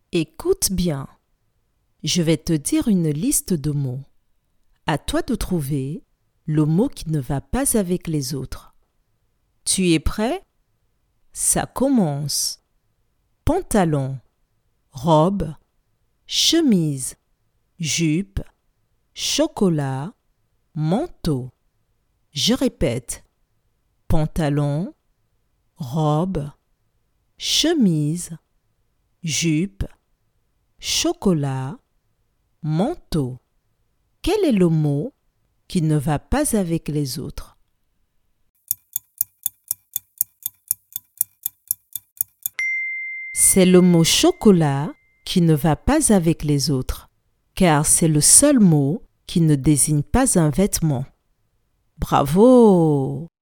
Écoute bien. Je vais te dire une liste de mots. À toi de trouver le mot qui ne va pas avec les autres. Tu es prêt? Ça commence. Pantalon, robe, chemise, jupe, chocolat, manteau. Je répète. Pantalon, robe, chemise, jupe, chocolat, manteau. Quel est le mot qui ne va pas avec les autres? C'est le mot chocolat qui ne va pas avec les autres, car c'est le seul mot qui ne désigne pas un vêtement. Bravo!